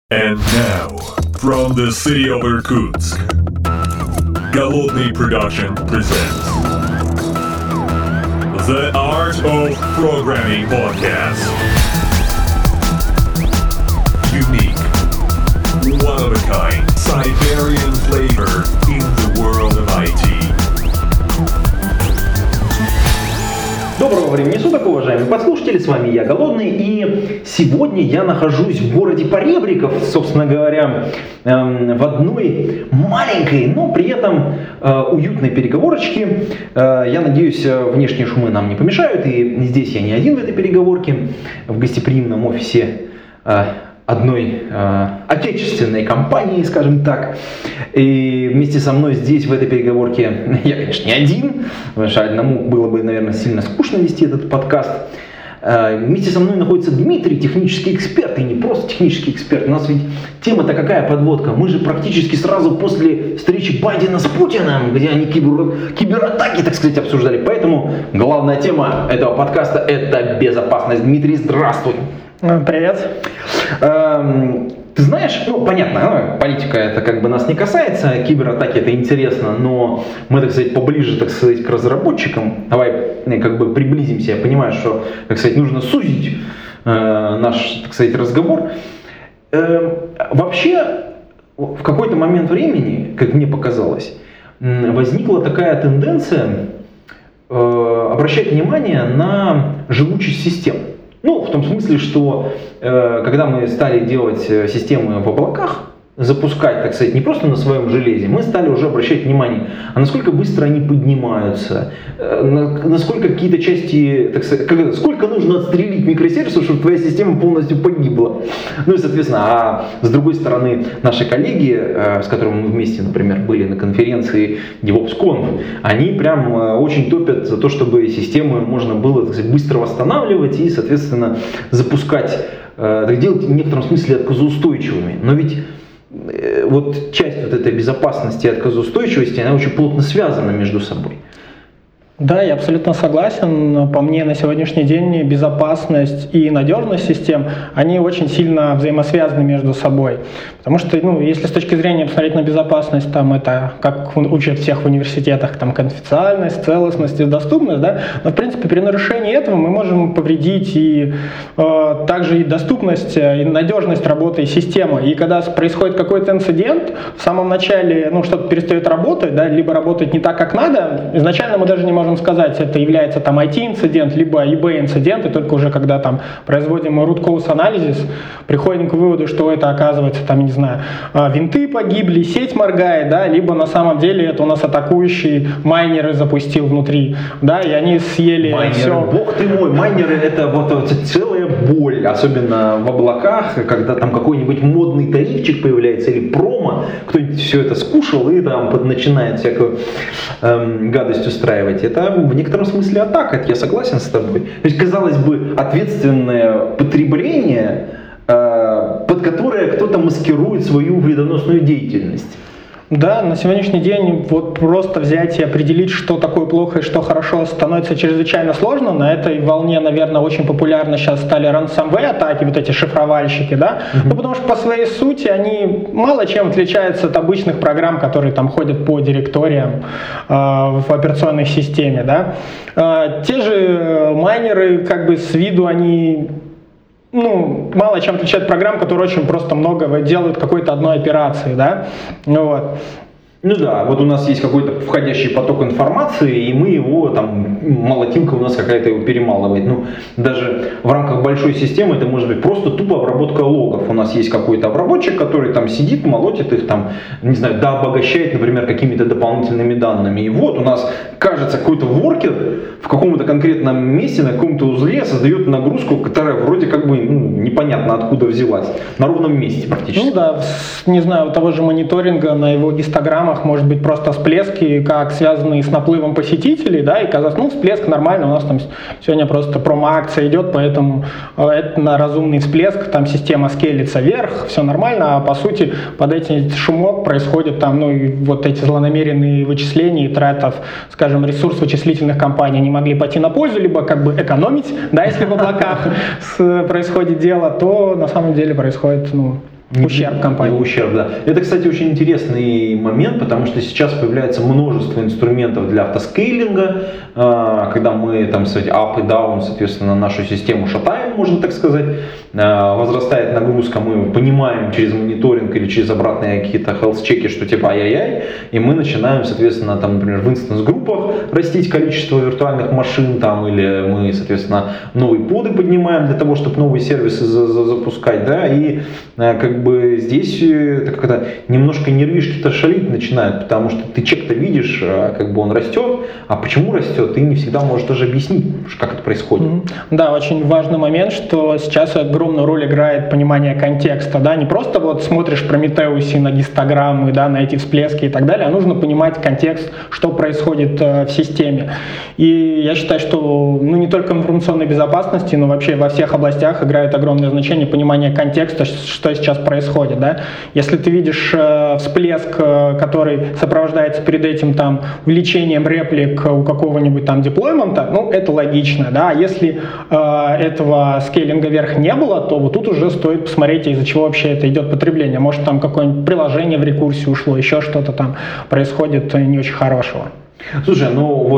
And now, from the city of Irkutsk, Голодный Production presents The Art of Programming Podcast. Unique, one-of-a-kind, Siberian flavor in the world of IT. Доброго времени суток, уважаемые подслушатели, с вами я, Голодный, и сегодня я нахожусь в городе Поребриков, собственно говоря, в одной маленькой, но при этом уютной переговорочке. Я надеюсь, внешние шумы нам не помешают, и здесь я не один в этой переговорке, в гостеприимном офисе одной отечественной компании, скажем так. И вместе со мной здесь, в этой переговорке, я, конечно, не один, потому что одному было бы, наверное, сильно скучно вести этот подкаст. Вместе со мной находится Дмитрий, технический эксперт, и не просто технический эксперт. У нас ведь тема-то какая подводка? Мы же практически сразу после встречи Байдена с Путиным, где они кибератаки, так сказать, обсуждали. Поэтому главная тема этого подкаста – это безопасность. Дмитрий, здравствуй. Привет. Ты знаешь, понятно, политика это как бы нас не касается, кибератаки это интересно, но мы, так сказать, поближе, так сказать, к разработчикам. Давай как бы приблизимся. Я понимаю, что, так сказать, нужно сузить наш, так сказать, разговор. Вообще, в какой-то момент времени, как мне показалось, возникла такая тенденция обращать внимание на живучесть систем. В том смысле, что когда мы стали делать системы в облаках, запускать, так сказать, не просто на своем железе, мы стали уже обращать внимание, а насколько быстро они поднимаются, насколько какие-то части, так сказать, сколько нужно отстрелить микросервисов, чтобы твоя система полностью погибла. И, соответственно, а с другой стороны, наши коллеги, с которыми мы вместе, например, были на конференции DevOpsConf, они прям очень топят за то, чтобы системы можно было, так сказать, быстро восстанавливать и, соответственно, запускать, делать в некотором смысле отказоустойчивыми. Но ведь вот часть вот этой безопасности и отказоустойчивости, она очень плотно связана между собой. Да, я абсолютно согласен. По мне, на сегодняшний день безопасность и надежность систем, они очень сильно взаимосвязаны между собой. Потому что, если с точки зрения посмотреть на безопасность, там это, как учат всех в университетах, там конфиденциальность, целостность и доступность, да, но в принципе при нарушении этого мы можем повредить и также и доступность, и надежность работы системы. И когда происходит какой-то инцидент, в самом начале, что-то перестает работать, да, либо работает не так, как надо, изначально мы даже не можем сказать, это является там IT-инцидент, либо eBay-инцидент, и только уже когда там производим root cause анализ, приходим к выводу, что это оказывается там, не знаю, винты погибли, сеть моргает, да, либо на самом деле это у нас атакующий майнеры запустил внутри, да, и они съели майнеры, все. Бог ты мой, майнеры это вот целая боль, особенно в облаках, когда там какой-нибудь модный тарифчик появляется или промо, кто-нибудь все это скушал и там начинает всякую гадость устраивать. Это в некотором смысле атака, я согласен с тобой. То есть, казалось бы, ответственное потребление, под которое кто-то маскирует свою вредоносную деятельность. Да, на сегодняшний день вот просто взять и определить, что такое плохо и что хорошо, становится чрезвычайно сложно. На этой волне, наверное, очень популярны сейчас стали ransomware атаки, вот эти шифровальщики, да. Потому что по своей сути они мало чем отличаются от обычных программ, которые там ходят по директориям в операционной системе, да. Те же майнеры, как бы с виду они мало чем отличают программ, которые очень просто много делают какой-то одной операции, да, вот. Вот у нас есть какой-то входящий поток информации, и мы его там, молотилка у нас какая-то его перемалывает. Даже в рамках большой системы это может быть просто тупо обработка логов. У нас есть какой-то обработчик, который там сидит, молотит их там, не знаю, обогащает, например, какими-то дополнительными данными. И вот у нас, кажется, какой-то воркер в каком-то конкретном месте, на каком-то узле создает нагрузку, которая вроде как бы непонятно откуда взялась. На ровном месте практически. Не знаю, у того же мониторинга на его гистограммах может быть просто всплески, как связанные с наплывом посетителей, да, и казалось, всплеск нормально, у нас там сегодня просто промо-акция идет, поэтому это на разумный всплеск, там система скейлится вверх, все нормально, а по сути под этим шумок происходит там, и вот эти злонамеренные вычисления и тратов, скажем, ресурс вычислительных компаний не могли пойти на пользу, либо как бы экономить, да, если в облаках происходит дело, то на самом деле происходит, ущерб компании. Не ущерб, да. Это, кстати, очень интересный момент, потому что сейчас появляется множество инструментов для автоскейлинга, когда мы там, кстати, up и down, соответственно, нашу систему шатаем, можно так сказать, возрастает нагрузка, мы понимаем через мониторинг или через обратные какие-то health-чеки, что типа ай-яй-яй, и мы начинаем, соответственно, там, например, в инстанс-группах растить количество виртуальных машин, там, или мы, соответственно, новые поды поднимаем для того, чтобы новые сервисы запускать, да, и как бы здесь как-то немножко нервишки-то шалить начинают, потому что ты чек-то видишь, как бы он растет, а почему растет, ты не всегда можешь даже объяснить, как это происходит. Да, очень важный момент, что сейчас огромную роль играет понимание контекста, да, не просто вот смотришь в Прометеусе на гистограммы, да, на эти всплески и так далее, а нужно понимать контекст, что происходит в системе. И я считаю, что не только в информационной безопасности, но вообще во всех областях играет огромное значение понимание контекста, что сейчас происходит, да. Если ты видишь всплеск, который сопровождается перед этим там увеличением реплик у какого-нибудь там деплоймента, это логично, да. А если этого скейлинга вверх не было, то вот тут уже стоит посмотреть, из-за чего вообще это идет потребление. Может, там какое-нибудь приложение в рекурсию ушло, еще что-то там происходит не очень хорошего. Слушай,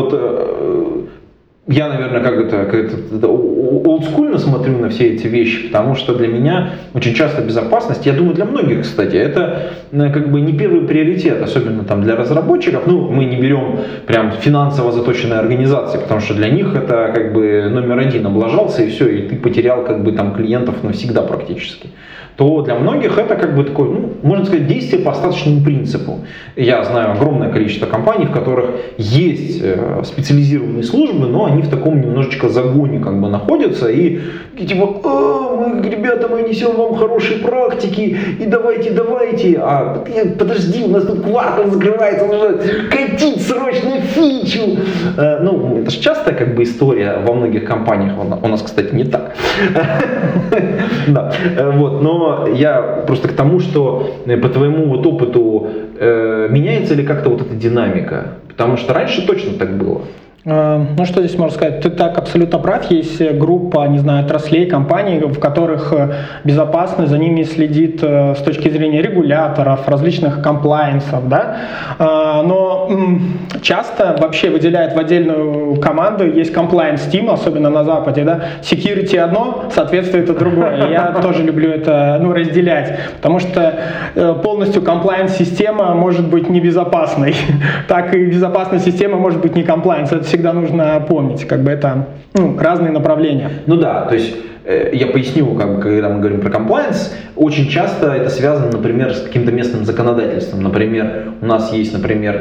я, наверное, как-то олдскульно смотрю на все эти вещи, потому что для меня очень часто безопасность, я думаю, для многих, кстати, это как бы не первый приоритет, особенно там для разработчиков. Мы не берем прям финансово заточенные организации, потому что для них это как бы номер один, облажался и все, и ты потерял как бы там клиентов навсегда практически. То для многих это как бы такое, можно сказать, действие по остаточному принципу. Я знаю огромное количество компаний, в которых есть специализированные службы, но они в таком немножечко загоне как бы находятся и типа, ребята, мы несем вам хорошие практики и давайте, подожди, у нас тут квартал закрывается, нужно катить срочно фичу. Это же частая как бы история во многих компаниях, у нас, кстати, не так. Да, но я просто к тому, что по твоему вот опыту меняется ли как-то вот эта динамика? Потому что раньше точно так было. Что здесь можно сказать? Ты так абсолютно прав. Есть группа, отраслей, компаний, в которых безопасность за ними следит с точки зрения регуляторов, различных комплайенсов, да? Но часто вообще выделяют в отдельную команду, есть compliance team, особенно на Западе, да? Security одно, соответствует другое. Я тоже люблю это разделять, потому что полностью compliance-система может быть небезопасной, так и безопасная система может быть не compliance. Это всегда нужно помнить, как бы это разные направления. То есть я поясню, когда мы говорим про compliance, очень часто это связано, например, с каким-то местным законодательством. Например, у нас есть,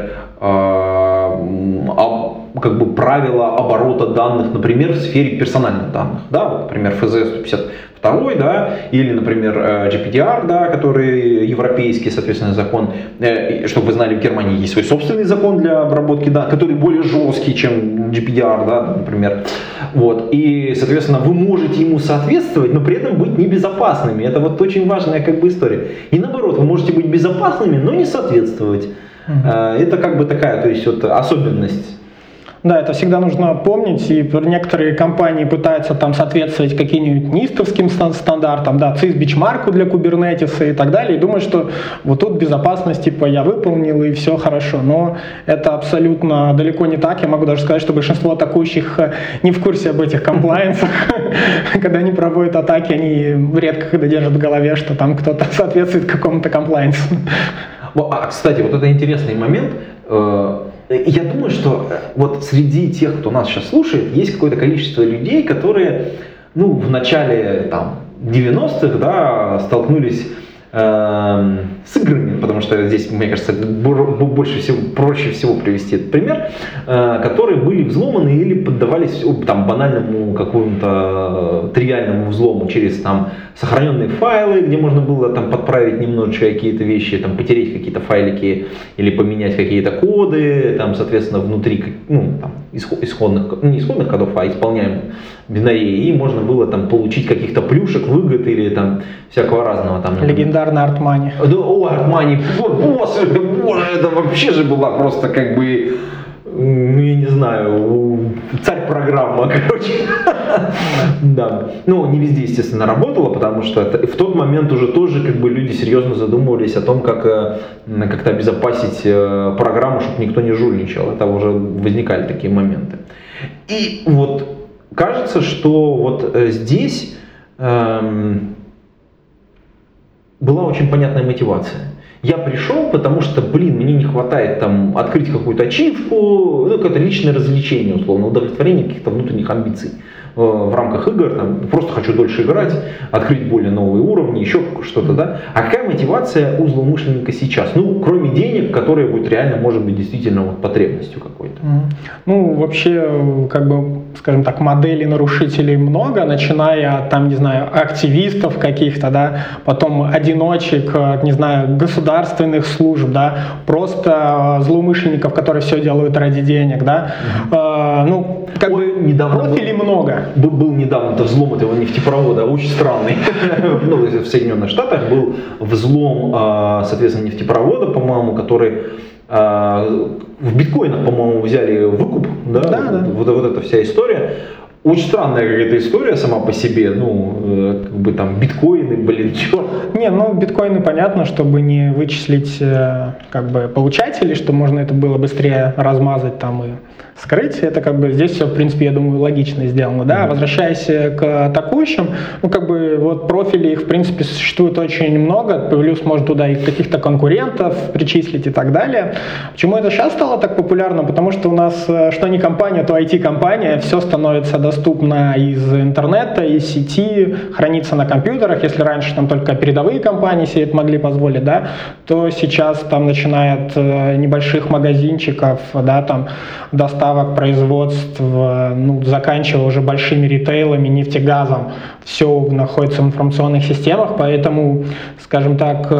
правила оборота данных, например, в сфере персональных данных, да, вот, например, ФЗ-152, да, или, например, GDPR, да, который европейский, соответственно, закон, чтобы вы знали, в Германии есть свой собственный закон для обработки данных, который более жесткий, чем GDPR, да, например, вот, и, соответственно, вы можете ему соответствовать, но при этом быть небезопасными, это вот очень важная как бы история, и наоборот, вы можете быть безопасными, но не соответствовать, это как бы такая, то есть вот особенность. Да, это всегда нужно помнить, и некоторые компании пытаются там соответствовать каким-нибудь нистовским стандартам, да, CIS-бичмарку для кубернетиса и так далее, и думают, что вот тут безопасность, типа, я выполнил и все хорошо, но это абсолютно далеко не так, я могу даже сказать, что большинство атакующих не в курсе об этих комплайенсах, когда они проводят атаки, они редко когда держат в голове, что там кто-то соответствует какому-то комплайенсу. Кстати, вот это интересный момент. Я думаю, что вот среди тех, кто нас сейчас слушает, есть какое-то количество людей, которые, в начале 90-х, да, столкнулись с играми, потому что здесь, мне кажется, проще всего привести этот пример, которые были взломаны или поддавались банальному какому-то тривиальному взлому через сохраненные файлы, где можно было подправить немножечко какие-то вещи, потереть какие-то файлики или поменять какие-то коды, соответственно, внутри не исходных кодов, а исполняемых бинарей, и можно было получить каких-то плюшек, выгод или всякого разного. Легендарный Art-Money. Art-Money, боже, это вообще же была просто как бы ну я не знаю, царь-программа, короче. Да. Ну, не везде, естественно, работало, потому что в тот момент уже тоже как бы люди серьезно задумывались о том, как как-то обезопасить программу, чтобы никто не жульничал. Это уже возникали такие моменты. И вот кажется, что вот здесь была очень понятная мотивация. Я пришел, потому что, мне не хватает там открыть какую-то ачивку, ну, какое-то личное развлечение, условно, удовлетворение каких-то внутренних амбиций в рамках игр, там, просто хочу дольше играть, открыть более новые уровни, еще что-то, да. А какая мотивация у злоумышленника сейчас? Ну, кроме денег, которые будут реально, может быть, действительно вот потребностью какой-то. Ну, вообще, как бы, скажем так, моделей нарушителей много, начиная от, там, не знаю, активистов каких-то, да, потом одиночек, не знаю, государственных служб, да, просто злоумышленников, которые все делают ради денег, да. Ну, как бы, профилей много. Был недавно взлом этого нефтепровода, очень странный. Ну, в Соединенных Штатах был взлом, соответственно, нефтепровода, по-моему, который в биткоинах, по-моему, взяли выкуп, да? Да. Вот эта вся история. Очень странная какая-то история сама по себе, ну, как бы там биткоины, черт. Не, ну, биткоины понятно, чтобы не вычислить, как бы, получателей, чтобы можно это было быстрее размазать там и скрыть. Это как бы здесь все, в принципе, я думаю, логично сделано, да. Возвращаясь к атакующим, ну, как бы, вот профилей их, в принципе, существует очень много, плюс можно туда и каких-то конкурентов причислить и так далее. Почему это сейчас стало так популярно? Потому что у нас, что не компания, то IT-компания, все становится доступно из интернета, из сети, хранится на компьютерах. Если раньше там только передовые компании себе это могли позволить, да, то сейчас там начиная от небольших магазинчиков, да, там, доставок, производства, ну, заканчивая уже большими ритейлами, нефтегазом, все находится в информационных системах, поэтому, скажем так,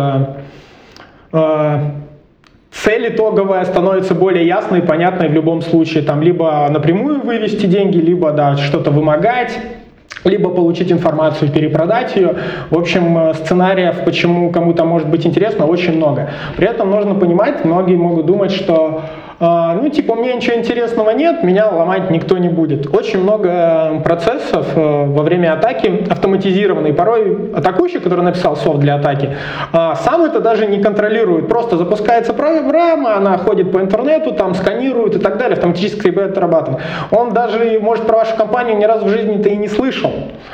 цель итоговая становится более ясной и понятной в любом случае, там, либо напрямую вывести деньги, либо, да, что-то вымогать, либо получить информацию и перепродать ее. В общем, сценариев, почему кому-то может быть интересно, очень много. При этом нужно понимать, многие могут думать, что ну, типа, у меня ничего интересного нет, меня ломать никто не будет. Очень много процессов во время атаки автоматизированные. Порой атакующий, который написал софт для атаки, сам это даже не контролирует. Просто запускается программа, она ходит по интернету, там сканирует и так далее, автоматически это отрабатывает. Он даже, может, про вашу компанию ни разу в жизни-то и не слышал.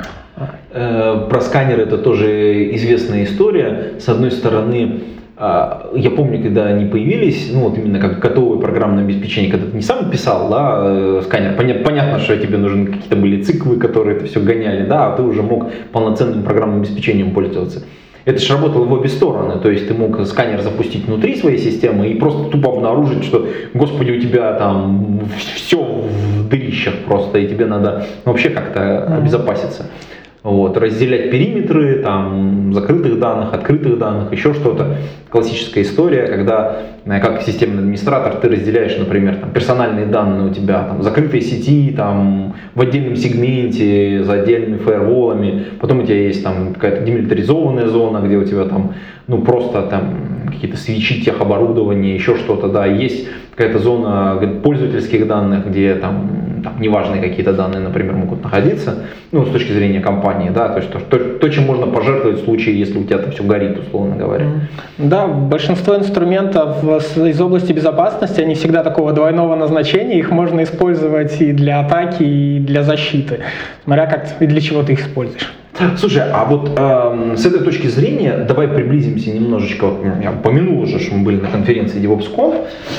Про сканеры это тоже известная история. С одной стороны, я помню, когда они появились, ну вот именно как готовое программное обеспечение, когда ты не сам писал, да, сканер, понятно, что тебе нужны какие-то были циклы, которые это все гоняли, да, а ты уже мог полноценным программным обеспечением пользоваться. Это же работало в обе стороны, то есть ты мог сканер запустить внутри своей системы и просто тупо обнаружить, что, господи, у тебя там все в дырищах просто, и тебе надо вообще как-то обезопаситься. Вот, разделять периметры, там, закрытых данных, открытых данных, еще что-то. Классическая история, когда, как системный администратор, ты разделяешь, например, там, персональные данные у тебя там, в закрытой сети, там, в отдельном сегменте, за отдельными фаерволами. Потом у тебя есть там какая-то демилитаризованная зона, где у тебя там, ну, просто там какие-то свечи техоборудования, еще что-то, да. Есть какая-то зона пользовательских данных, где там неважные какие-то данные, например, могут находиться, ну, с точки зрения компании, да, то есть то, чем можно пожертвовать в случае, если у тебя там все горит, условно говоря. Да, большинство инструментов из области безопасности, они всегда такого двойного назначения, их можно использовать и для атаки, и для защиты, смотря как и для чего ты их используешь. Слушай, а вот с этой точки зрения, давай приблизимся немножечко, я упомянул уже, что мы были на конференции DevOps.conf,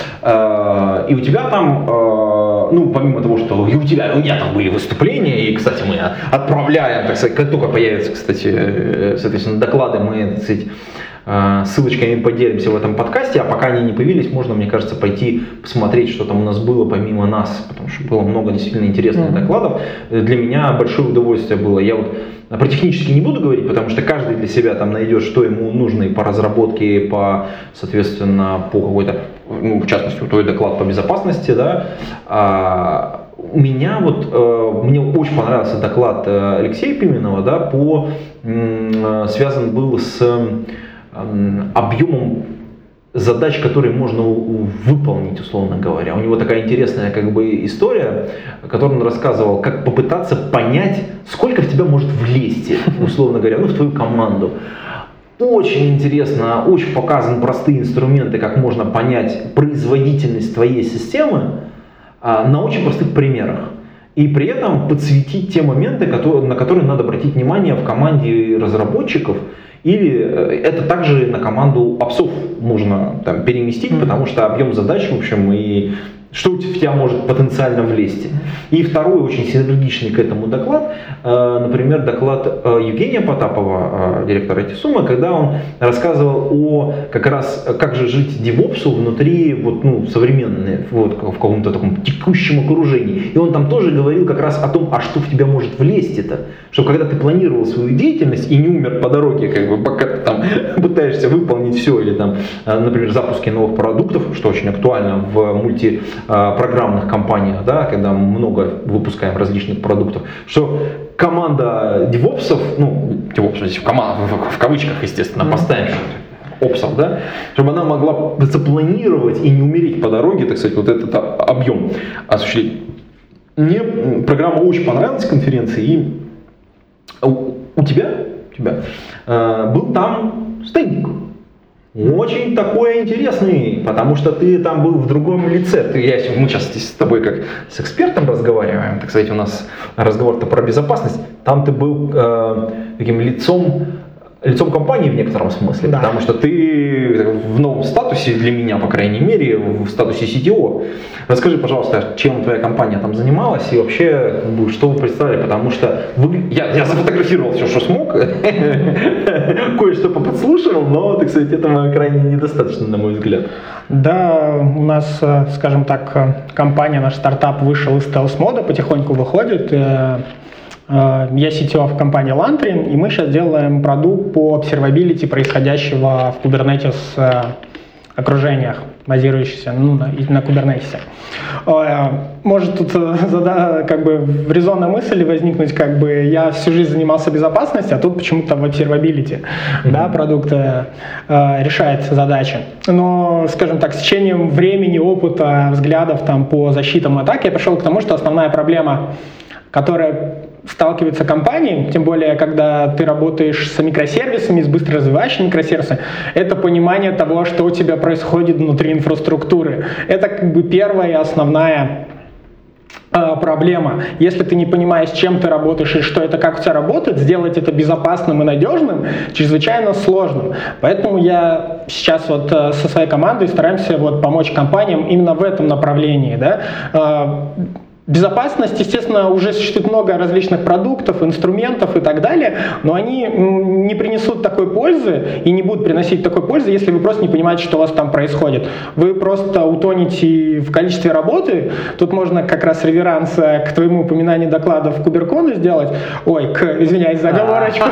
и у тебя там, ну, помимо того, что и у меня там были выступления, и, кстати, мы отправляем, так сказать, как только появятся, кстати, соответственно, доклады, мы, так сказать, ссылочками поделимся в этом подкасте, а пока они не появились, можно, мне кажется, пойти посмотреть, что там у нас было помимо нас, потому что было много действительно интересных докладов. Для меня большое удовольствие было. Я вот про технически не буду говорить, потому что каждый для себя там найдет, что ему нужно и по разработке, и по, соответственно, по какой-то, ну, в частности, твой доклад по безопасности, да. У меня вот, мне очень понравился доклад Алексея Пименова, да, связан был с объемом задач, которые можно выполнить, условно говоря. У него такая интересная история, которую он рассказывал, как попытаться понять, сколько в тебя может влезть, условно говоря, в твою команду. Очень интересно, очень показаны простые инструменты, как можно понять производительность твоей системы на очень простых примерах. И при этом подсветить те моменты, на которые надо обратить внимание в команде разработчиков. Или это также на команду апсов можно переместить, потому что объем задач, в общем, и что в тебя может потенциально влезть. И второй очень синергичный к этому доклад, например, доклад Евгения Потапова, директора IT-Суммы, когда он рассказывал о как раз, как же жить девопсу внутри современной, в каком-то таком текущем окружении. И он там тоже говорил как раз о том, а что в тебя может влезть это. Что когда ты планировал свою деятельность и не умер по дороге, пока ты там пытаешься выполнить все, или например, запуски новых продуктов, что очень актуально в мультипрограммных компаниях, да, когда много выпускаем различных продуктов, что команда девопсов, девопсов здесь в кавычках, естественно, поставим, опсов, да, чтобы она могла запланировать и не умереть по дороге, так сказать, этот объем осуществить. Мне программа очень понравилась, конференции, и у тебя был там стендик. Очень такой интересный, потому что ты там был в другом лице. Мы сейчас здесь с тобой как с экспертом разговариваем, так сказать, у нас разговор-то про безопасность. Там ты был таким лицом компании в некотором смысле, да. Потому что ты в новом статусе, для меня, по крайней мере, в статусе CTO. Расскажи, пожалуйста, чем твоя компания там занималась и вообще, что вы представляли, потому что я зафотографировал все, что смог, кое-что подслушивал, но, так сказать, этого крайне недостаточно, на мой взгляд. Да, у нас, скажем так, компания, наш стартап вышел из стелс-мода, потихоньку выходит. Я CTO в компании Lantern, и мы сейчас делаем продукт по обсервабилити происходящего в Kubernetes окружениях, базирующихся на Kubernetes. Может тут резонная мысль возникнуть, я всю жизнь занимался безопасностью, а тут почему-то в observability продукт решает задачи. Но, скажем так, с течением времени, опыта, взглядов по защитам атак я пришел к тому, что основная проблема, которая сталкиваются компании, тем более, когда ты работаешь с микросервисами, с быстро развивающими микросервисами, это понимание того, что у тебя происходит внутри инфраструктуры. Это первая и основная проблема. Если ты не понимаешь, с чем ты работаешь и что это, как у тебя работает, сделать это безопасным и надежным чрезвычайно сложно. Поэтому я сейчас со своей командой стараемся помочь компаниям именно в этом направлении. Да? Безопасность, естественно, уже существует много различных продуктов, инструментов и так далее, но они не принесут такой пользы и не будут приносить такой пользы, если вы просто не понимаете, что у вас там происходит. Вы просто утонете в количестве работы. Тут можно как раз реверанс к твоему упоминанию докладов в KubeCon сделать. Извиняюсь за оговорочку.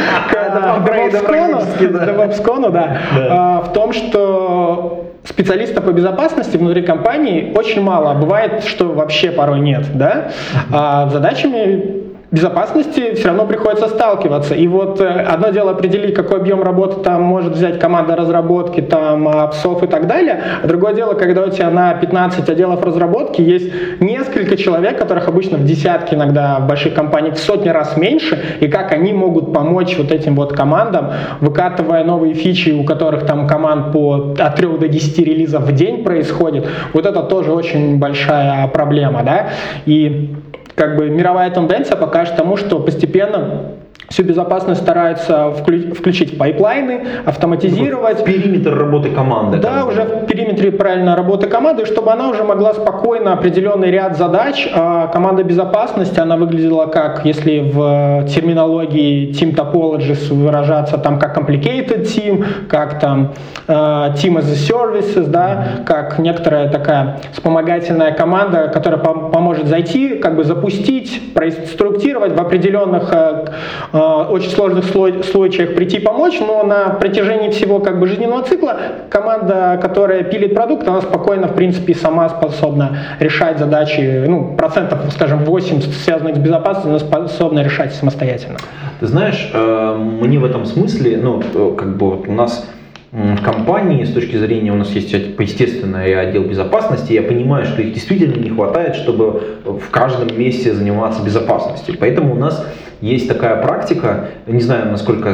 К DevOps-кону, да. В том, что специалистов по безопасности внутри компании очень мало. Бывает, что вообще порой нет. Да? А с задачами безопасности все равно приходится сталкиваться. И одно дело определить, какой объем работы там может взять команда разработки, апсов и так далее. А другое дело, когда у тебя на 15 отделов разработки есть несколько человек, которых обычно в десятки, иногда в больших компаниях в сотни раз меньше, и как они могут помочь этим командам, выкатывая новые фичи, у которых там команд от 3 до 10 релизов в день происходит. Это тоже очень большая проблема. Да? И мировая тенденция покажет тому, что постепенно всю безопасность стараются включить в пайплайны, автоматизировать. В периметр работы команды. Да, уже в периметре правильно работы команды, чтобы она уже могла спокойно определенный ряд задач. Команда безопасности, она выглядела как, если в терминологии Team Topologies выражаться, как Complicated Team, как Team as a Services, да, как некоторая такая вспомогательная команда, которая поможет зайти, запустить, проинструктировать в определенных очень сложных случаях прийти помочь, но на протяжении всего жизненного цикла команда, которая пилит продукт, она спокойно, в принципе, сама способна решать задачи, процентов, скажем, 80, связанных с безопасностью, она способна решать самостоятельно. Ты знаешь, мне в этом смысле, у нас в компании, с точки зрения, у нас есть, естественно, и отдел безопасности, я понимаю, что их действительно не хватает, чтобы в каждом месте заниматься безопасностью. Поэтому у нас есть такая практика, не знаю, насколько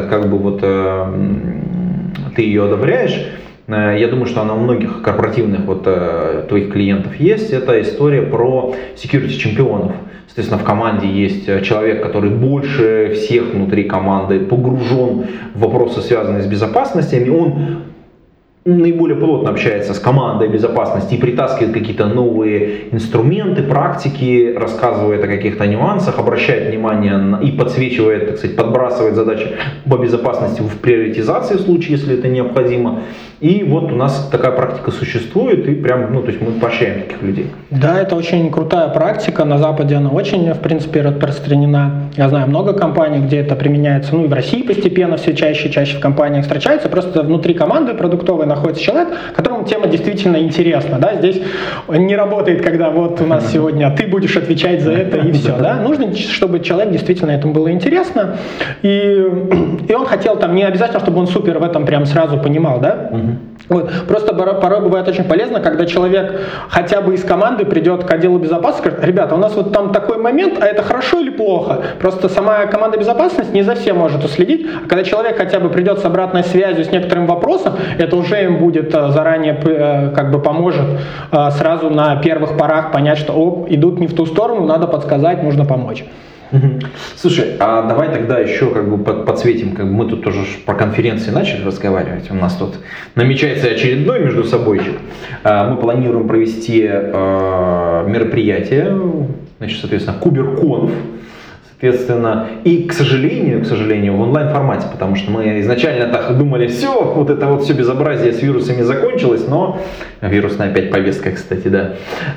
ты ее одобряешь, я думаю, что она у многих корпоративных твоих клиентов есть, это история про security чемпионов. Соответственно, в команде есть человек, который больше всех внутри команды погружен в вопросы, связанные с безопасностью, и он наиболее плотно общается с командой безопасности и притаскивает какие-то новые инструменты, практики, рассказывает о каких-то нюансах, обращает внимание и подсвечивает, так сказать, подбрасывает задачи по безопасности в приоритизации в случае, если это необходимо. И вот у нас такая практика существует, и прям, то есть мы поощряем таких людей. Да, это очень крутая практика, на Западе она очень, в принципе, распространена. Я знаю много компаний, где это применяется, и в России постепенно все чаще и чаще в компаниях встречается, просто внутри команды продуктовой находится человек, которому тема действительно интересна, да, здесь не работает, когда вот у нас сегодня ты будешь отвечать за это и все, да, нужно, чтобы человек действительно этому было интересно, и он хотел там, не обязательно, чтобы он супер в этом прям сразу понимал, да. Вот. Просто порой бывает очень полезно, когда человек хотя бы из команды придет к отделу безопасности и скажет: ребята, у нас вот там такой момент, а это хорошо или плохо? Просто сама команда безопасности не за всем может уследить, а когда человек хотя бы придет с обратной связью с некоторым вопросом, это уже им будет заранее поможет сразу на первых порах понять, что идут не в ту сторону, надо подсказать, нужно помочь. Слушай, а давай тогда еще подсветим, мы тут тоже про конференции начали разговаривать, у нас тут намечается очередной между собойчик. Мы планируем провести мероприятие, соответственно, KubeConf, соответственно, и, к сожалению, в онлайн-формате, потому что мы изначально так думали, все, все безобразие с вирусами закончилось, но вирусная опять повестка, кстати, да.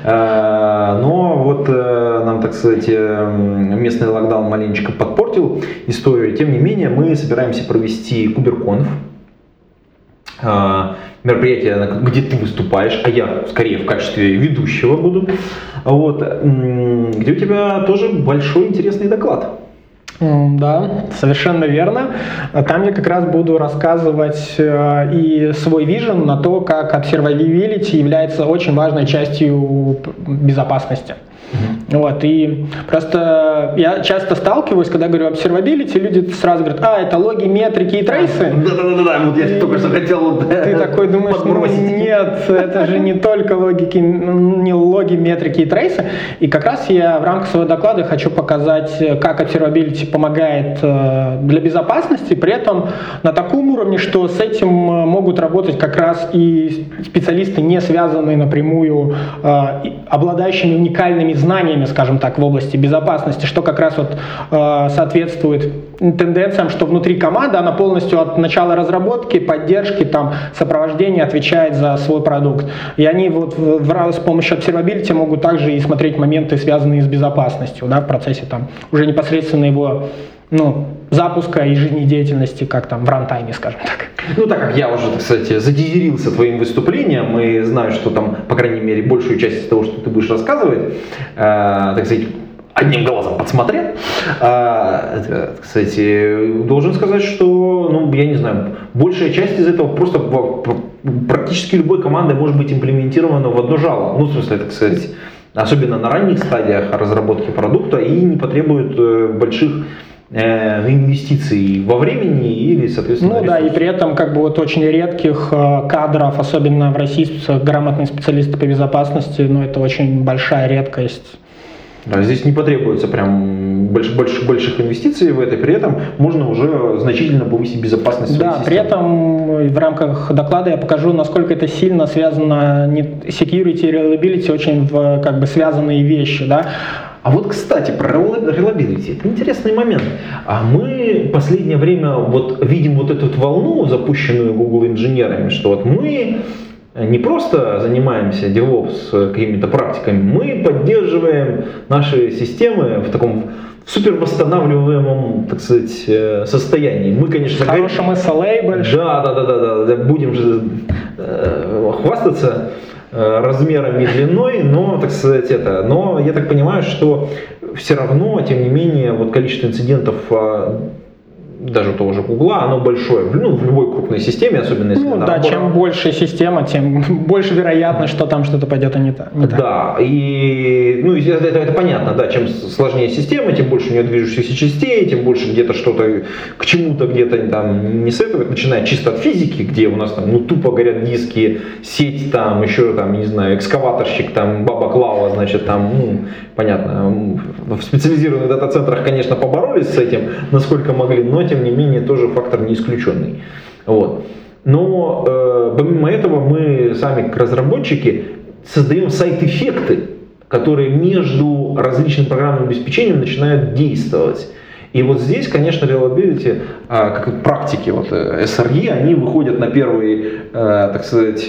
Но нам, так сказать, местный локдаун маленечко подпортил историю. Тем не менее, мы собираемся провести KubeConf, мероприятие, где ты выступаешь, а я скорее в качестве ведущего буду, где у тебя тоже большой интересный доклад. Да, совершенно верно. Там я как раз буду рассказывать и свой вижен на то, как observability является очень важной частью безопасности. И просто я часто сталкиваюсь, когда говорю observability, люди сразу говорят: это логи, метрики и трейсы. Да, я только что хотел. Ты такой думаешь: нет, это же не только не логи, метрики и трейсы. И как раз я в рамках своего доклада хочу показать, как observability помогает для безопасности, при этом на таком уровне, что с этим могут работать как раз и специалисты, не связанные напрямую, обладающими уникальными знаниями, скажем так, в области безопасности, что как раз соответствует тенденциям, что внутри команды она полностью от начала разработки, поддержки, сопровождения отвечает за свой продукт. И они с помощью observability могут также и смотреть моменты, связанные с безопасностью, в процессе уже непосредственно его запуска и жизнедеятельности, как в рантайме, скажем так. Так как я уже, кстати, задизерился твоим выступлением и знаю, что по крайней мере, большую часть из того, что ты будешь рассказывать, так сказать, одним глазом подсмотрел. Кстати, должен сказать, что, я не знаю, большая часть из этого просто практически любой командой может быть имплементирована в одно жало. В смысле, так сказать, особенно на ранних стадиях разработки продукта, и не потребует больших инвестиций во времени или, соответственно, и при этом очень редких кадров, особенно в России, грамотные специалисты по безопасности, это очень большая редкость. Да, здесь не потребуется прям больших инвестиций в это, при этом можно уже значительно повысить безопасность своей системы. При этом в рамках доклада я покажу, насколько это сильно связано, security и reliability очень связанные вещи, да. А кстати, про reliability, это интересный момент. А мы в последнее время видим эту волну, запущенную Google инженерами, что мы не просто занимаемся DevOps какими-то практиками, мы поддерживаем наши системы в таком супер восстанавливаемом, так сказать, состоянии. Мы, конечно, хорошем SLA большом. Да, будем же хвастаться размерами и длиной, но, так сказать, но я так понимаю, что все равно, тем не менее, количество инцидентов даже у того же Гугла, оно большое, ну, в любой крупной системе, особенно если да, чем больше система, тем больше вероятность, что там что-то пойдет не так. Да, и ну, это понятно, да, чем сложнее система, тем больше у нее движущихся частей, тем больше где-то что-то к чему-то где-то там не советует, начиная чисто от физики, где у нас там, ну, тупо горят диски, сеть там, еще там, не знаю, экскаваторщик, там, баба Клава, значит, там, ну, понятно, в специализированных дата-центрах, конечно, поборолись с этим, насколько могли, но, тем не менее, тоже фактор не исключенный. Вот. Но помимо этого мы сами, как разработчики, создаем сайт-эффекты, которые между различным программным обеспечением начинают действовать. И вот здесь, конечно, reliability, как практики вот SRE, они выходят на первый, так сказать,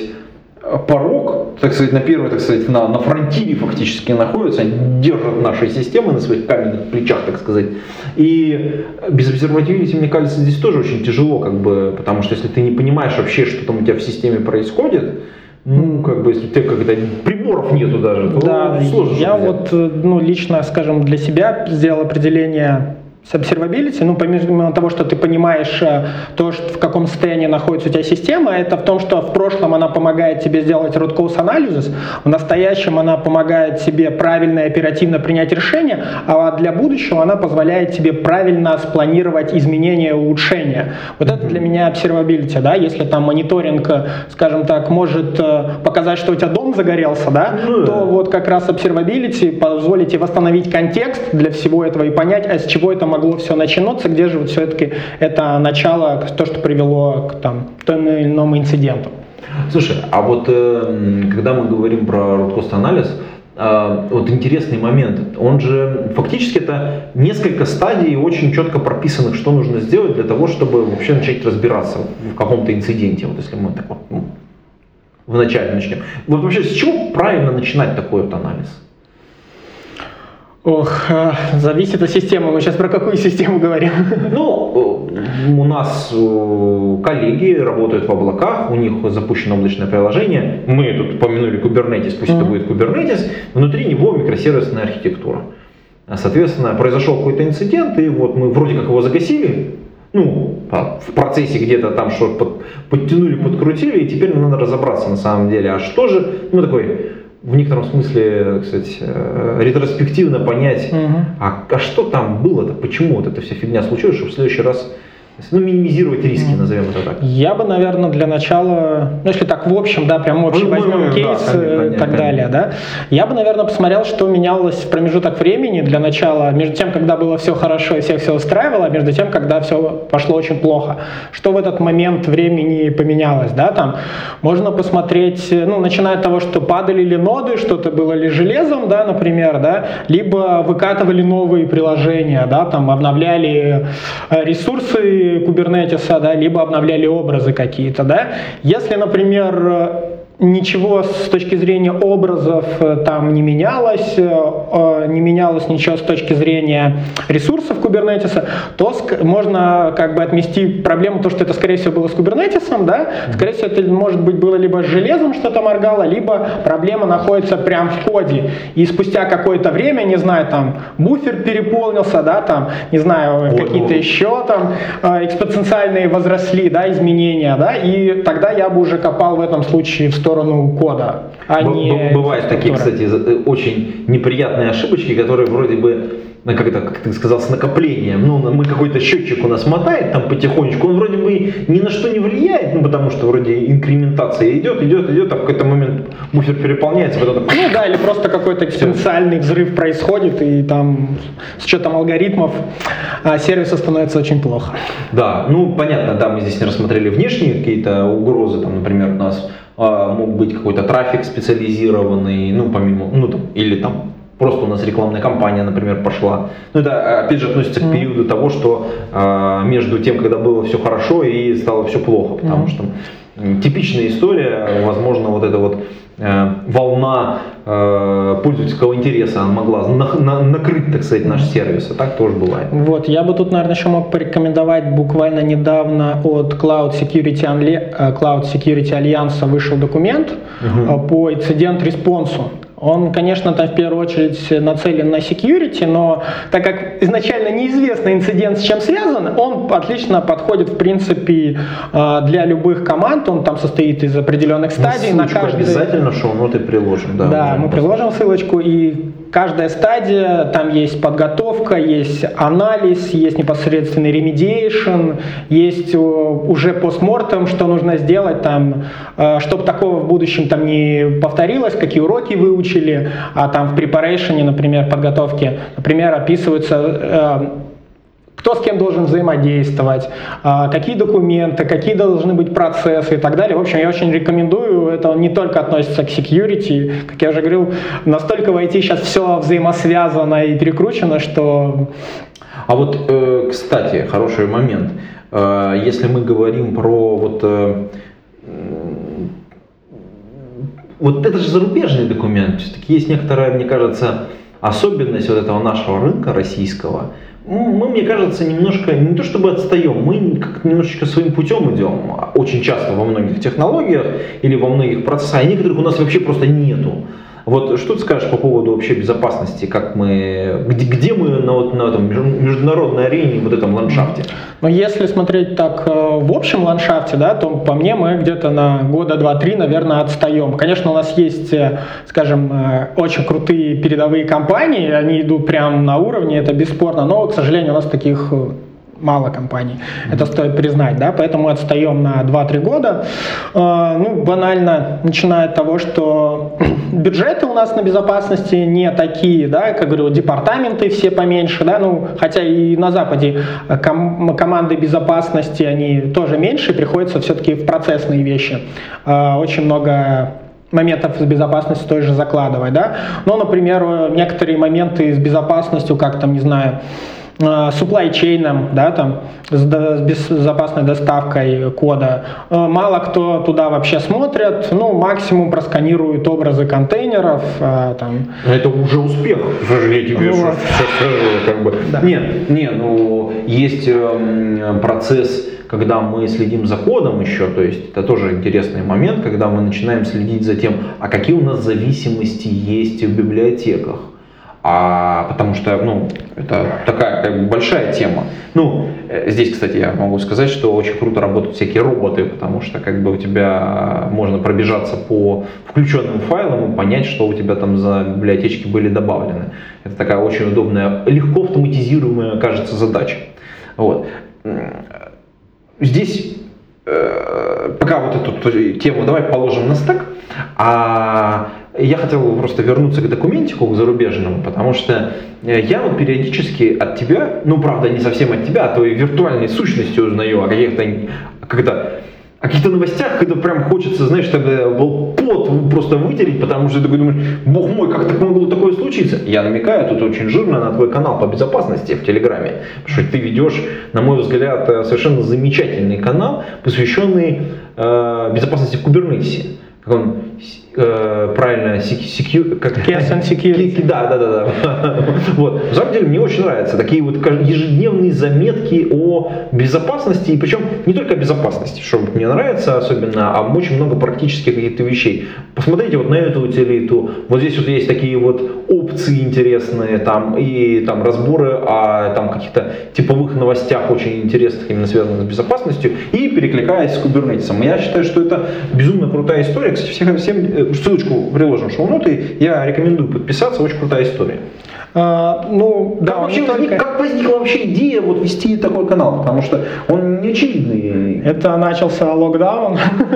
порог, так сказать, на первый, так сказать, на фронтире фактически находятся, они держат наши системы на своих каменных плечах, так сказать. И без observability, мне кажется, здесь тоже очень тяжело, как бы, потому что если ты не понимаешь вообще, что там у тебя в системе происходит, ну, как бы, если у тебя как-то приборов нету даже, то да, сложно. Я вот, ну, лично, скажем, для себя сделал определение с observability, ну, помимо того, что ты понимаешь то, что, в каком состоянии находится у тебя система, это в том, что в прошлом она помогает тебе сделать root cause analysis, в настоящем она помогает тебе правильно и оперативно принять решение, а для будущего она позволяет тебе правильно спланировать изменения и улучшения. Вот это для меня observability, да, если там мониторинг, скажем так, может показать, что у тебя дом загорелся, да, то вот как раз observability позволит тебе восстановить контекст для всего этого и понять, а с чего это могло все начинаться, где же вот все-таки это начало, то, что привело к там, тому или иному инциденту. Слушай, а вот когда мы говорим про root cause анализ, вот интересный момент, он же фактически это несколько стадий очень четко прописанных, что нужно сделать для того, чтобы вообще начать разбираться в каком-то инциденте, вот если мы так вот вначале начнем. Вот вообще с чего правильно начинать такой вот анализ? Ох, зависит от системы. Мы сейчас про какую систему говорим? Ну, у нас коллеги работают в облаках, у них запущено облачное приложение. Мы тут упомянули Kubernetes, пусть это будет Kubernetes. Внутри него микросервисная архитектура. Соответственно, произошел какой-то инцидент, и вот мы вроде как его загасили. Ну, в процессе где-то там что-то подтянули, подкрутили, и теперь надо разобраться на самом деле, а что же, ну, такой... в некотором смысле, кстати, ретроспективно понять, а что там было-то, почему вот эта вся фигня случилась, чтобы в следующий раз, ну, минимизировать риски, назовем это так. Я бы, наверное, для начала, ну, если так в общем, да, прям общий возьмем кейс и так далее, да, я бы, наверное, посмотрел, что менялось в промежуток времени для начала, между тем, когда было все хорошо и всех все устраивало, а между тем, когда все пошло очень плохо. Что в этот момент времени поменялось, да, там, можно посмотреть, ну, начиная от того, что падали ли ноды, что-то было ли железом, да, например, да, либо выкатывали новые приложения, да, там, обновляли ресурсы Kubernetes, да, либо обновляли образы какие-то, да. Если, например, ничего с точки зрения образов там не менялось ничего с точки зрения ресурсов Kubernetes, то можно как бы отмести проблему, то, что это, скорее всего, было с Kubernetes, да, скорее всего, это, может быть, было либо с железом что-то моргало, либо проблема находится прямо в коде, и спустя какое-то время, не знаю, там, буфер переполнился, да, там, не знаю, какие-то еще там экспоненциальные возросли, да, изменения, да, и тогда я бы уже копал в этом случае в сторону кода, а не... Бывают такие, кстати, очень неприятные ошибочки, которые вроде бы, как ты сказал, с накоплением. Ну, мы какой-то счетчик у нас мотает там потихонечку, он вроде бы ни на что не влияет, ну, потому что вроде инкрементация идет, а в какой-то момент буфер переполняется, потом... Ну да, или просто какой-то экспоненциальный взрыв происходит, и там с учетом алгоритмов сервиса становится очень плохо. Да, ну понятно, да, мы здесь не рассмотрели внешние какие-то угрозы, там, например, у нас мог быть какой-то трафик специализированный, ну, помимо, ну, там, или там просто у нас рекламная кампания, например, пошла. Ну, это, опять же, относится к периоду того, что между тем, когда было все хорошо и стало все плохо, потому что типичная история, возможно, вот эта вот волна пользовательского интереса, она могла накрыть, так сказать, наш сервис, а так тоже бывает. Вот, я бы тут, наверное, еще мог порекомендовать, буквально недавно от Cloud Security Alliance вышел документ по инцидент-респонсу. Он, конечно, там в первую очередь нацелен на security, но так как изначально неизвестный инцидент с чем связан, он отлично подходит, в принципе, для любых команд. Он там состоит из определенных стадий. На каждой... обязательно шоу-ноты приложим. Да, мы приложим ссылочку, и каждая стадия, там есть подготовка, есть анализ, есть непосредственный remediation, есть уже постмортем, что нужно сделать, там, чтобы такого в будущем там не повторилось, какие уроки выучили, а там в preparation, например, подготовке, например, описываются кто с кем должен взаимодействовать, какие документы, какие должны быть процессы и так далее. В общем, я очень рекомендую, это не только относится к security, как я уже говорил, настолько в IT сейчас все взаимосвязано и перекручено, что... А вот, кстати, хороший момент. Если мы говорим про вот это же зарубежный документ, все-таки есть некоторая, мне кажется, особенность вот этого нашего рынка российского. Мы, мне кажется, немножко, не то чтобы отстаем, мы как-то немножечко своим путем идем, очень часто во многих технологиях или во многих процессах, а некоторых у нас вообще просто нету. Вот что ты скажешь по поводу вообще безопасности, как мы, где мы на этом международной арене, вот этом ландшафте? Но если смотреть так в общем ландшафте, да, то по мне мы где-то на года 2-3, наверное, отстаем. Конечно, у нас есть, скажем, очень крутые передовые компании, они идут прямо на уровне, это бесспорно, но, к сожалению, у нас таких мало компаний. Это стоит признать, да, поэтому мы отстаем на 2-3 года. Ну, банально, начиная от того, что бюджеты у нас на безопасности не такие, да, как говорю, департаменты все поменьше, да, ну, хотя и на Западе команды безопасности, они тоже меньше, приходится все-таки в процессные вещи. Очень много моментов с безопасностью той же закладывать, да. Но, например, некоторые моменты с безопасностью, как там, не знаю, supply chain, да, там, с безопасной доставкой кода. Мало кто туда вообще смотрит, ну, максимум просканируют образы контейнеров. Там. Это уже успех, я тебе вот. Скажу, как бы. Да. Ну, есть процесс, когда мы следим за кодом еще, то есть это тоже интересный момент, когда мы начинаем следить за тем, а какие у нас зависимости есть в библиотеках. Потому что, ну, это такая как бы большая тема. Ну, здесь, кстати, я могу сказать, что очень круто работают всякие роботы, потому что как бы у тебя можно пробежаться по включенным файлам и понять, что у тебя там за библиотечки были добавлены. Это такая очень удобная, легко автоматизируемая, кажется, задача. Вот. Здесь пока вот эту тему давай положим на стек. Я хотел просто вернуться к документику, к зарубежному, потому что я вот периодически от тебя, ну правда не совсем от тебя, а твоей виртуальной сущности узнаю о каких-то новостях, когда прям хочется, знаешь, тогда был пот просто вытереть, потому что ты такой думаешь, бог мой, как так могло такое случиться? Я намекаю тут очень жирно на твой канал по безопасности в Телеграме, потому что ты ведешь, на мой взгляд, совершенно замечательный канал, посвященный безопасности в Kubernetes. Как он правильно, security. Да. Вот. На самом деле мне очень нравятся такие вот ежедневные заметки о безопасности, и причем не только о безопасности, что мне нравится особенно, а очень много практических каких-то вещей. Посмотрите вот на эту утилиту, вот здесь вот есть такие вот опции интересные, там, и там разборы о там, каких-то типовых новостях очень интересных, именно связанных с безопасностью, и перекликаясь с Kubernetes. Я считаю, что это безумно крутая история. Кстати, всем ссылочку приложим в шоу-ноты, я рекомендую подписаться, очень крутая история. Ну, да, как возникла вообще идея вот вести такой канал, потому что он не очевидный. Это начался локдаун.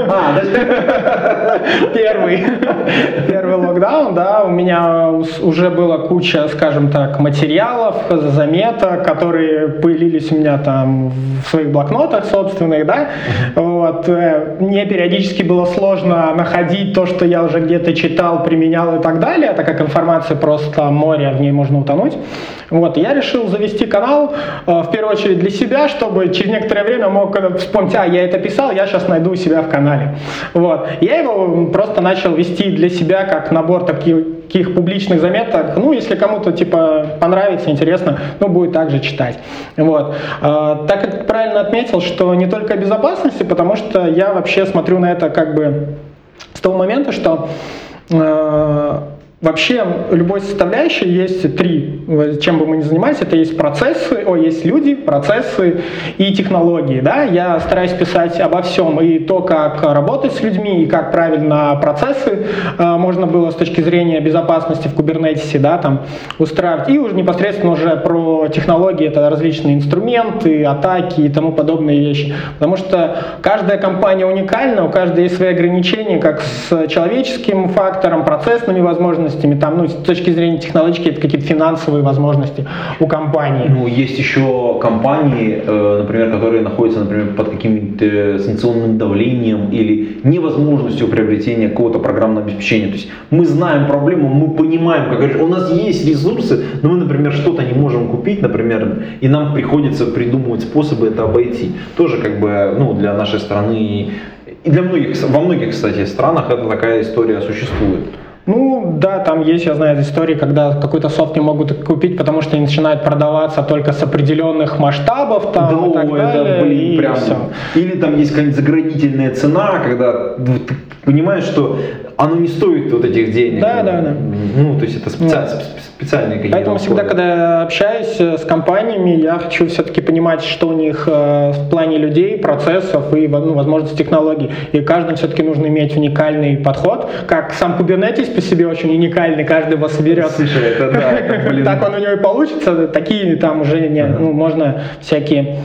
Первый локдаун, да, у меня уже была куча, скажем так, материалов, заметок, которые появились у меня там в своих блокнотах собственных, да, вот, мне периодически было сложно находить то, что я уже где-то читал, применял и так далее, так как информация просто море, в ней можно утонуть. Вот, я решил завести канал, в первую очередь для себя, чтобы через некоторое время мог вспомнить, я это писал, я сейчас найду у себя в канале. Вот. Я его просто начал вести для себя как набор таких публичных заметок. Ну, если кому-то типа понравится, интересно, ну, будет также читать. Вот. Так как ты правильно отметил, что не только о безопасности, потому что я вообще смотрю на это как бы с того момента, что Вообще, любой составляющей есть три, чем бы мы ни занимались, это есть есть люди, процессы и технологии, да, я стараюсь писать обо всем, и то, как работать с людьми, и как правильно процессы можно было с точки зрения безопасности в Kubernetes, да, там, устраивать, и уже непосредственно уже про технологии, это различные инструменты, атаки и тому подобные вещи, потому что каждая компания уникальна, у каждой есть свои ограничения, как с человеческим фактором, процессными возможностями, там, ну, с точки зрения технологической, это какие-то финансовые возможности у компании. Ну, есть еще компании, например, которые находятся, например, под каким-то санкционным давлением или невозможностью приобретения какого-то программного обеспечения. То есть мы знаем проблему, мы понимаем, как говоришь, у нас есть ресурсы, но мы, например, что-то не можем купить, например, и нам приходится придумывать способы это обойти. Тоже как бы, ну, для нашей страны и для многих, во многих, кстати, странах это такая история существует. Ну, да, там есть, я знаю, истории, когда какой-то софт не могут купить, потому что они начинают продаваться только с определенных масштабов, там, да, и так далее, это, блин, и прям. все. Или там есть какая-нибудь заградительная цена, когда ты понимаешь, что оно не стоит вот этих денег. Да. Ну, то есть это специальные какие-то. Поэтому всегда, когда я общаюсь с компаниями, я хочу все-таки понимать, что у них в плане людей, процессов и, ну, возможностей технологий. И каждому все-таки нужно иметь уникальный подход, как сам Kubernetes по себе очень уникальный, каждый его соберет. Слушай, это да, это, блин. Так он у него и получится, такие там уже можно всякие,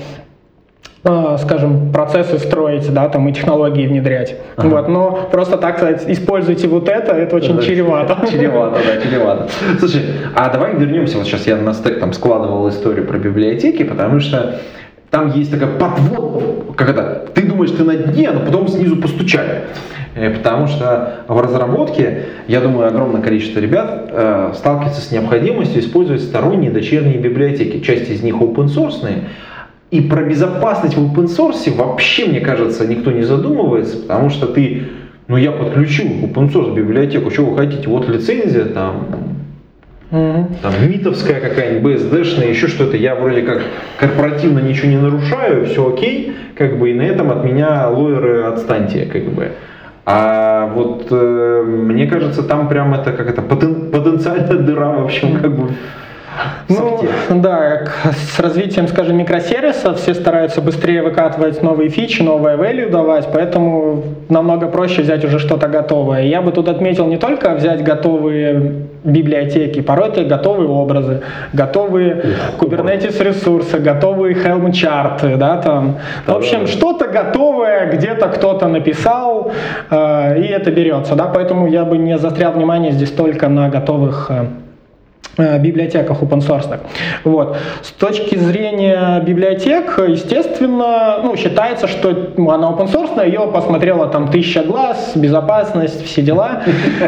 скажем, процессы строить, да, там и технологии внедрять. Вот, но просто так сказать, используйте вот это очень чревато. Чревато. Слушай, а давай вернемся, вот сейчас я на стек там складывал историю про библиотеки, потому что там есть такая подводка, как это, ты думаешь, ты на дне, но потом снизу постучали. Потому что в разработке, я думаю, огромное количество ребят сталкивается с необходимостью использовать сторонние дочерние библиотеки. Часть из них open source. И про безопасность в open source вообще, мне кажется, никто не задумывается, потому что я подключу open source библиотеку, что вы хотите, вот лицензия, там митовская какая-нибудь, BSD-шная, еще что-то, я вроде как корпоративно ничего не нарушаю, все окей, как бы, и на этом от меня лоеры отстаньте, как бы. А вот мне кажется, там прям это потенциальная дыра, в общем, как бы. Ну, да, с развитием, скажем, микросервисов все стараются быстрее выкатывать новые фичи, новое value давать, поэтому намного проще взять уже что-то готовое. Я бы тут отметил не только взять готовые библиотеки, порой это готовые образы, готовые Kubernetes ресурсы, готовые Helm чарты, да, там. В общем, что-то готовое, где-то кто-то написал, и это берется, да, поэтому я бы не заострял внимание здесь только на готовых библиотеках open source. Вот. С точки зрения библиотек, естественно, считается, что она open source, ее посмотрела там 1000 глаз, безопасность, все дела.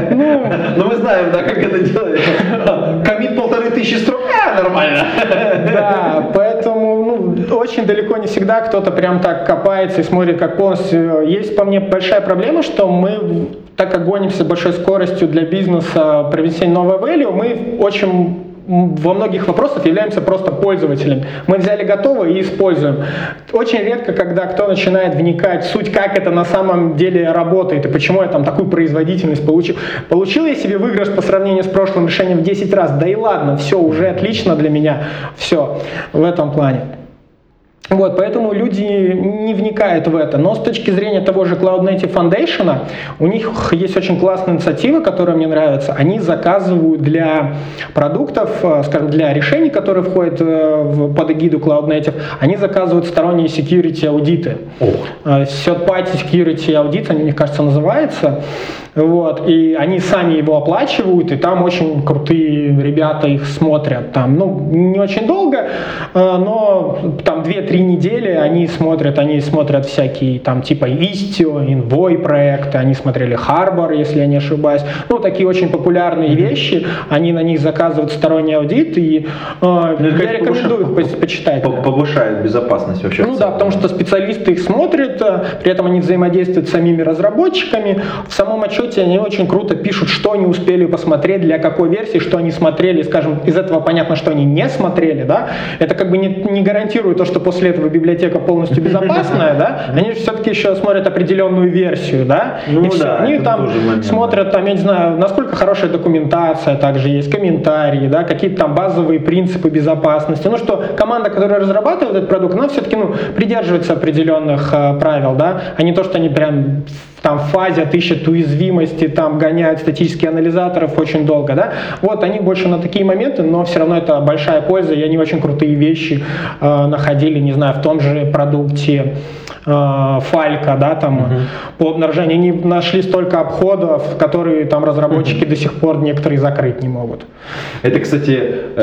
Но мы знаем, да, как это делать. Коммит 1500 строк, нормально. Да, поэтому очень далеко не всегда кто-то прям так копается и смотрит, как полностью. Есть по мне большая проблема, что мы, так как гонимся большой скоростью для бизнеса привнесения нового value, мы очень во многих вопросах являемся просто пользователями. Мы взяли готовое и используем. Очень редко, когда кто начинает вникать в суть, как это на самом деле работает и почему я там такую производительность получил. Получил я себе выигрыш по сравнению с прошлым решением в 10 раз. Да и ладно, все, уже отлично для меня. Все в этом плане. Вот, поэтому люди не вникают в это. Но с точки зрения того же Cloud Native Foundation, у них есть очень классная инициатива, которая мне нравится. Они заказывают для продуктов, скажем, для решений, которые входят под эгиду Cloud Native, они заказывают сторонние security аудиты. Third-party security audit, они, мне кажется, называется. Вот, и они сами его оплачивают, и там очень крутые ребята их смотрят. Там, не очень долго, но там 2-3 недели они смотрят всякие там типа Istio, Envoy проекты, они смотрели Harbor, если я не ошибаюсь. Такие очень популярные вещи, они на них заказывают сторонний аудит, и я рекомендую их почитать. Повышает безопасность вообще. Да, потому что специалисты их смотрят, при этом они взаимодействуют с самими разработчиками. В самом отчете они очень круто пишут, что они успели посмотреть, для какой версии, что они смотрели, скажем, из этого понятно, что они не смотрели, да, это как бы не гарантирует то, что после после этого библиотека полностью безопасная, да, они же все-таки еще смотрят определенную версию, да, Ну и все. да, Они это там тоже момент, смотрят, там, я не знаю, насколько хорошая документация, также есть комментарии, да, какие-то там базовые принципы безопасности. Ну что, команда, которая разрабатывает этот продукт, она все-таки, ну, придерживается определенных правил, да, а не то, что они прям там в фазе отыщут уязвимости, там гоняют статические анализаторов очень долго, да. Вот они больше на такие моменты, но все равно это большая польза, и они очень крутые вещи находили, не знаю, в том же продукте Фалька, да, там по обнаружению. Они нашли столько обходов, которые там разработчики до сих пор некоторые закрыть не могут. Это, кстати,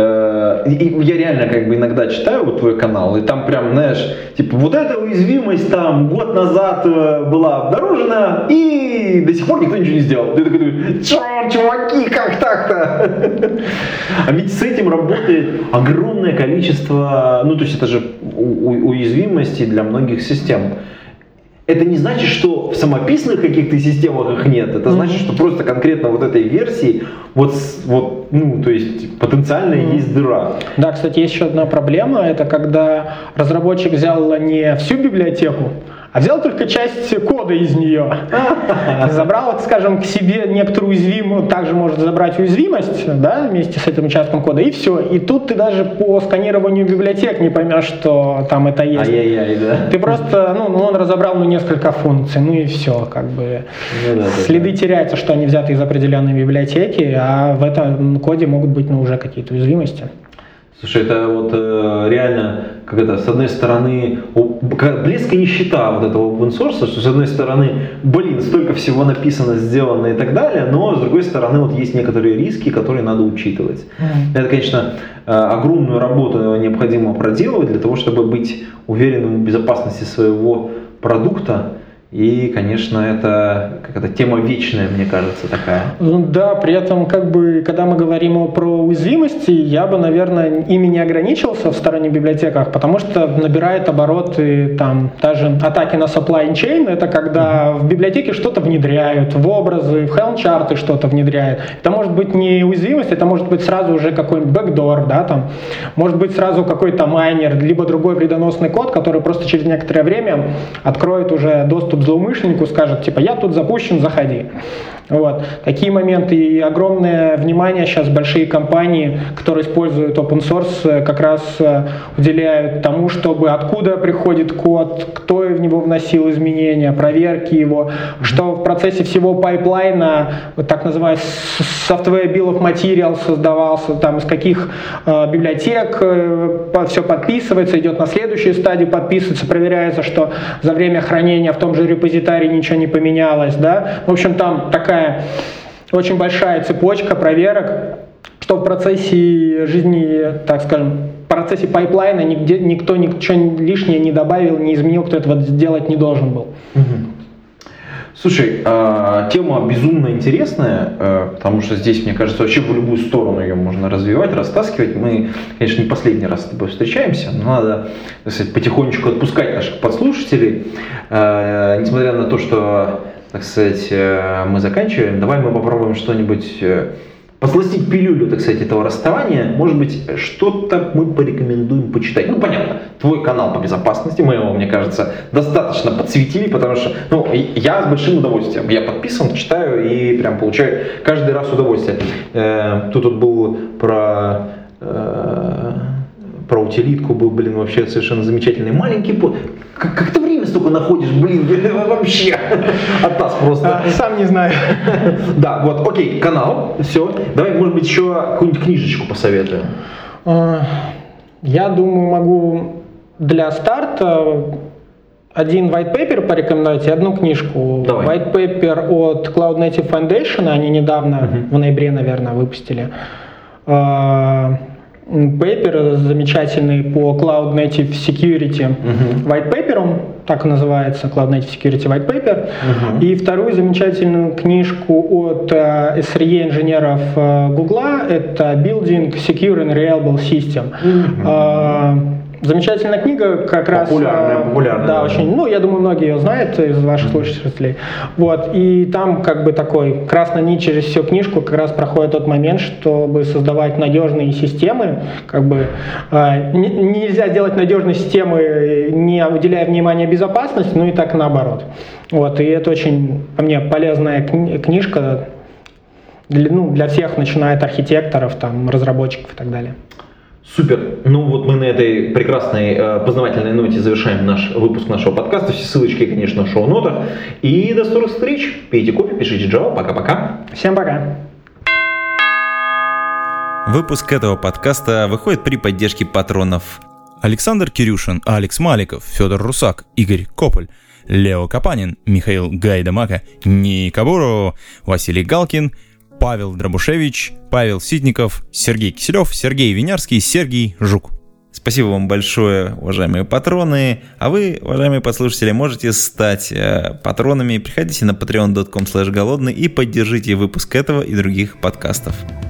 я реально как бы иногда читаю вот твой канал, и там прям, знаешь, типа вот эта уязвимость там год назад была обнаружена, и до сих пор никто ничего не сделал. Ты такой думаешь, чуваки, как так-то? А ведь с этим работает огромное количество, ну то есть это же уязвимости для многих систем. Это не значит, что в самописных каких-то системах их нет. Это значит, что просто конкретно вот этой версии ну, то есть потенциально есть дыра. Да, кстати, есть еще одна проблема. Это когда разработчик взял не всю библиотеку, а взял только часть кода из нее. Забрал, скажем, к себе некоторую уязвимую, также может забрать уязвимость, да, вместе с этим участком кода, и все. И тут ты даже по сканированию библиотек не поймешь, что там это есть. Ай-яй-яй, да. Ты просто, он разобрал несколько функций, и все, как бы. Следы теряются, что они взяты из определенной библиотеки, а в этом коде могут быть, уже какие-то уязвимости. Слушай, это вот реально, с одной стороны, блеск и нищета вот этого open source, что с одной стороны, столько всего написано, сделано и так далее, но с другой стороны, вот есть некоторые риски, которые надо учитывать. Это, конечно, огромную работу необходимо проделывать для того, чтобы быть уверенным в безопасности своего продукта. И, конечно, это какая-то тема вечная, мне кажется, такая. Да, при этом, когда мы говорим про уязвимости, я бы, наверное, ими не ограничился в сторонних библиотеках, потому что набирает обороты там даже атаки на supply chain. Это когда в библиотеке что-то внедряют, в образы, в Helm-чарты что-то внедряют. Это может быть не уязвимость, это может быть сразу уже какой-нибудь backdoor, да, там, может быть сразу какой-то майнер, либо другой вредоносный код, который просто через некоторое время откроет уже доступ злоумышленнику, скажет, типа, я тут запущен, заходи. Вот. Такие моменты и огромное внимание сейчас большие компании, которые используют open source, как раз уделяют тому, чтобы откуда приходит код, кто в него вносил изменения, проверки его, что в процессе всего пайплайна, вот так называемый software bill of materials создавался, там из каких библиотек все подписывается, идет на следующую стадию, подписывается, проверяется, что за время хранения в том же репозитарии ничего не поменялось, да. В общем, там такая очень большая цепочка проверок, что в процессе жизни, так скажем, в процессе пайплайна никто ничего лишнее не добавил, не изменил, кто этого сделать не должен был. Слушай, тема безумно интересная, потому что здесь, мне кажется, вообще в любую сторону ее можно развивать, растаскивать. Мы, конечно, не последний раз с тобой встречаемся, но надо, так сказать, потихонечку отпускать наших подслушателей. Несмотря на то, что, так сказать, мы заканчиваем, давай мы попробуем что-нибудь посластить пилюлю, так сказать, этого расставания. Может быть, что-то мы порекомендуем почитать. Ну, понятно, твой канал по безопасности, мы его, мне кажется, достаточно подсветили, потому что, я с большим удовольствием. Я подписан, читаю и прям получаю каждый раз удовольствие. Тут был про утилитку был, вообще совершенно замечательный. Маленький под. Как ты время столько находишь, вообще. От нас просто. Сам не знаю. Да, вот, окей, канал, все. Давай, может быть, еще какую-нибудь книжечку посоветуем. Я думаю, могу для старта один white paper порекомендовать и одну книжку. Давай. White paper от Cloud Native Foundation, они недавно, в ноябре, наверное, выпустили. Пейпер замечательный по Cloud Native Security White Paper, он так и называется, Cloud Native Security White Paper. И вторую замечательную книжку от SRE инженеров Google, это Building Secure and Reliable System. Замечательная книга, как популярная. Да, очень, ну, я думаю, многие ее знают из ваших слушателей. Вот, и там как бы такой красной нить через всю книжку как раз проходит тот момент, чтобы создавать надежные системы, как бы нельзя сделать надежные системы, не уделяя внимания безопасности, ну и так наоборот. Вот, и это очень, по мне, полезная книжка для всех, начиная от архитекторов, там, разработчиков и так далее. Супер. Ну вот мы на этой прекрасной познавательной ноте завершаем наш выпуск нашего подкаста. Все ссылочки, конечно, в шоу-нотах. И до скорых встреч. Пейте кофе, пишите Java. Пока-пока. Всем пока. Выпуск этого подкаста выходит при поддержке патронов: Александр Кирюшин, Алекс Маликов, Федор Русак, Игорь Кополь, Лео Капанин, Михаил Гайдамака, Ника Бурова, Василий Галкин, Павел Дробушевич, Павел Ситников, Сергей Киселев, Сергей Винярский, Сергей Жук. Спасибо вам большое, уважаемые патроны. А вы, уважаемые подслушатели, можете стать патронами. Приходите на patreon.com/голодный и поддержите выпуск этого и других подкастов.